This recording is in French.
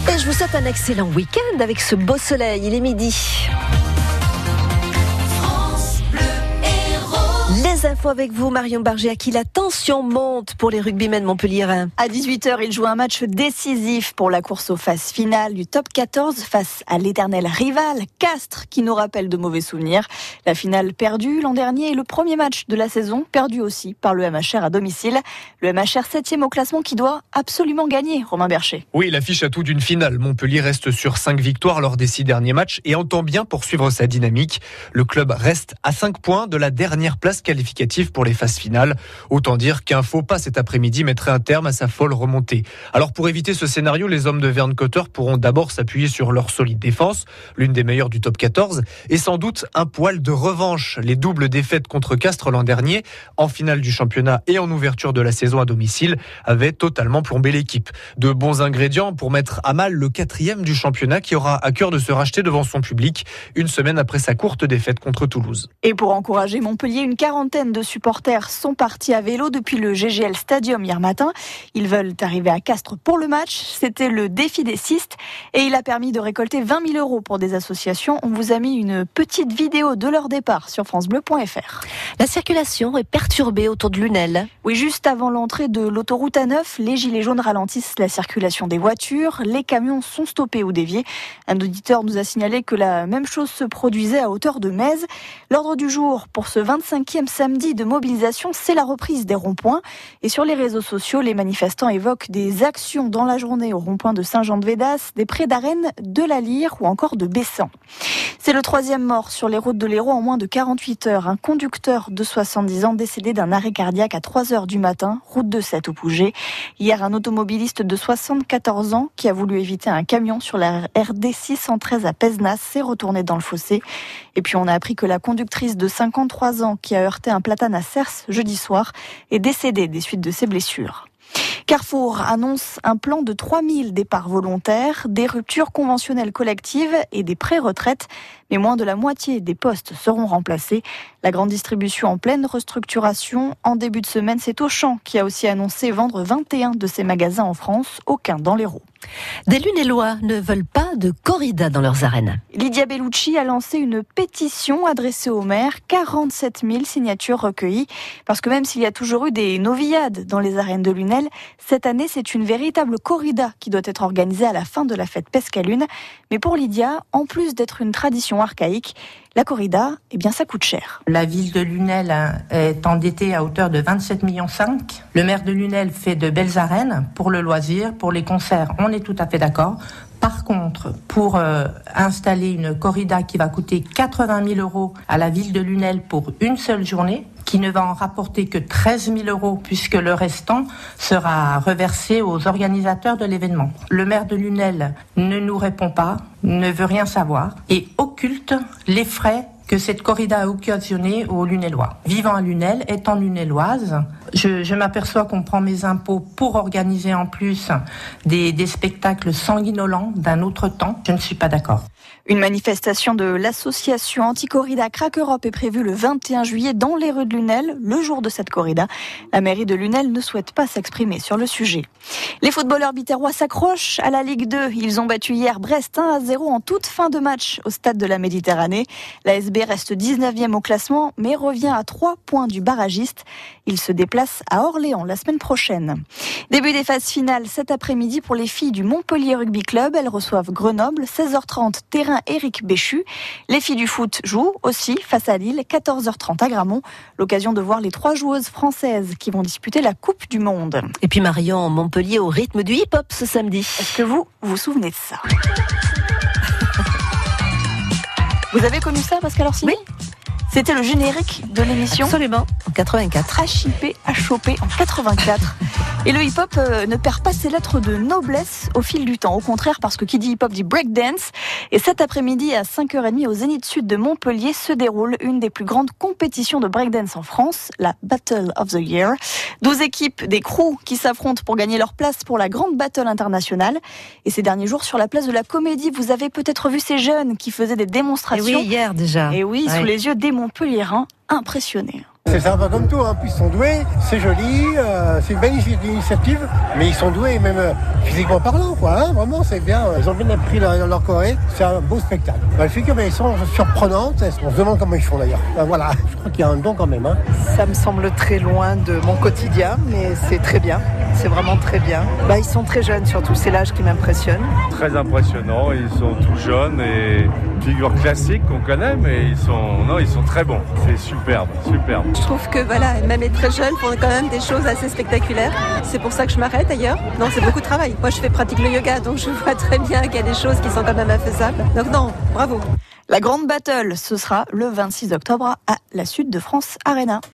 Et je vous souhaite un excellent week-end avec ce beau soleil. Il est midi. Les infos avec vous, Marion Barger, à qui la tension monte pour les rugbymen montpelliérains. À 18h, il joue un match décisif pour la course aux phases finales du top 14 face à l'éternel rival Castres, qui nous rappelle de mauvais souvenirs. La finale perdue l'an dernier et le premier match de la saison perdu aussi par le MHR à domicile. Le MHR 7e au classement qui doit absolument gagner, Romain Bercher. Oui, l'affiche à tout d'une finale. Montpellier reste sur 5 victoires lors des 6 derniers matchs et entend bien poursuivre sa dynamique. Le club reste à 5 points de la dernière place qualificative pour les phases finales. Autant dire qu'un faux pas cet après-midi mettrait un terme à sa folle remontée. Alors pour éviter ce scénario, les hommes de Vern Cotter pourront d'abord s'appuyer sur leur solide défense, l'une des meilleures du top 14, et sans doute un poil de revanche. Les doubles défaites contre Castres l'an dernier, en finale du championnat et en ouverture de la saison à domicile, avaient totalement plombé l'équipe. De bons ingrédients pour mettre à mal le 4e du championnat qui aura à cœur de se racheter devant son public, une semaine après sa courte défaite contre Toulouse. Et pour encourager Montpellier, une quarantaine de supporters sont partis à vélo depuis le GGL Stadium hier matin. Ils veulent arriver à Castres pour le match. C'était le défi des cistes et il a permis de récolter 20 000 € pour des associations. On vous a mis une petite vidéo de leur départ sur francebleu.fr. La circulation est perturbée autour de Lunel. Oui, juste avant l'entrée de l'autoroute A9, les gilets jaunes ralentissent la circulation des voitures. Les camions sont stoppés ou déviés. Un auditeur nous a signalé que la même chose se produisait à hauteur de Metz. L'ordre du jour pour ce 25e samedi de mobilisation, c'est la reprise des ronds-points. Et sur les réseaux sociaux, les manifestants évoquent des actions dans la journée au rond-point de Saint-Jean-de-Védas, des prés d'Arène, de la Lyre ou encore de Bessan. C'est le 3e mort sur les routes de l'Hérault en moins de 48 heures. Un conducteur de 70 ans décédé d'un arrêt cardiaque à 3h du matin, route de Sète au Pouget. Hier, un automobiliste de 74 ans qui a voulu éviter un camion sur la RD 613 à Pézenas s'est retourné dans le fossé. Et puis on a appris que la conductrice de 53 ans qui a heurté un platane à Cers jeudi soir est décédée des suites de ses blessures. Carrefour annonce un plan de 3000 départs volontaires, des ruptures conventionnelles collectives et des pré-retraites. Mais moins de la moitié des postes seront remplacés. La grande distribution en pleine restructuration. En début de semaine, c'est Auchan qui a aussi annoncé vendre 21 de ses magasins en France, aucun dans l'Hérault. Des Lunélois ne veulent pas de corrida dans leurs arènes. Lydia Bellucci a lancé une pétition adressée au maire, 47 000 signatures recueillies. Parce que même s'il y a toujours eu des novillades dans les arènes de Lunel, cette année c'est une véritable corrida qui doit être organisée à la fin de la fête Pescalune. Mais pour Lydia, en plus d'être une tradition archaïque, la corrida, eh bien, ça coûte cher. La ville de Lunel est endettée à hauteur de 27,5 millions. Le maire de Lunel fait de belles arènes pour le loisir, pour les concerts, on est tout à fait d'accord. Par contre, pour installer une corrida qui va coûter 80 000 € à la ville de Lunel pour une seule journée, qui ne va en rapporter que 13 000 € puisque le restant sera reversé aux organisateurs de l'événement. Le maire de Lunel ne nous répond pas, ne veut rien savoir et occulte les frais que cette corrida a occasionné aux Lunélois. Vivant à Lunel, étant lunéloise, je m'aperçois qu'on prend mes impôts pour organiser en plus des spectacles sanguinolents d'un autre temps. Je ne suis pas d'accord. Une manifestation de l'association anti-corrida Crack Europe est prévue le 21 juillet dans les rues de Lunel, le jour de cette corrida. La mairie de Lunel ne souhaite pas s'exprimer sur le sujet. Les footballeurs biterrois s'accrochent à la Ligue 2. Ils ont battu hier Brest 1-0 en toute fin de match au stade de la Méditerranée. L'ASB reste 19e au classement, mais revient à 3 points du barragiste. Il se déplace à Orléans la semaine prochaine. Début des phases finales cet après-midi pour les filles du Montpellier Rugby Club. Elles reçoivent Grenoble, 16h30, terrain Éric Béchu. Les filles du foot jouent aussi face à Lille, 14h30 à Gramont. L'occasion de voir les 3 joueuses françaises qui vont disputer la Coupe du Monde. Et puis Marion, Montpellier au rythme du hip-hop ce samedi. Est-ce que vous vous souvenez de ça? Vous avez connu ça, Pascal Orsini? Oui. C'était le générique de l'émission. Absolument, en 84. HIP, HOP en 84. Et le hip-hop ne perd pas ses lettres de noblesse au fil du temps. Au contraire, parce que qui dit hip-hop dit breakdance. Et cet après-midi, à 5h30, au Zénith Sud de Montpellier, se déroule une des plus grandes compétitions de breakdance en France, la Battle of the Year. 12 équipes, des crews qui s'affrontent pour gagner leur place pour la grande battle internationale. Et ces derniers jours, sur la place de la Comédie, vous avez peut-être vu ces jeunes qui faisaient des démonstrations. Et oui, hier déjà. Et oui, sous les yeux des Montpelliérains impressionnés. C'est sympa comme tout, puis ils sont doués, c'est joli, c'est une belle initiative, mais ils sont doués même physiquement parlant, vraiment c'est bien. Ils ont bien appris leur Corée, c'est un beau spectacle. Les filles, ils sont surprenantes, on se demande comment ils font d'ailleurs. Voilà, je crois qu'il y a un don quand même. Ça me semble très loin de mon quotidien, mais c'est très bien, c'est vraiment très bien. Ils sont très jeunes surtout, c'est l'âge qui m'impressionne. Très impressionnant, ils sont tout jeunes et figures classiques qu'on connaît, mais ils sont très bons, c'est superbe. Je trouve que même les très jeunes font quand même des choses assez spectaculaires. C'est pour ça que je m'arrête d'ailleurs. Non, c'est beaucoup de travail. Moi, je pratique le yoga, donc je vois très bien qu'il y a des choses qui sont quand même infaisables. Donc non, bravo. La grande battle, ce sera le 26 octobre à la Sud de France Arena.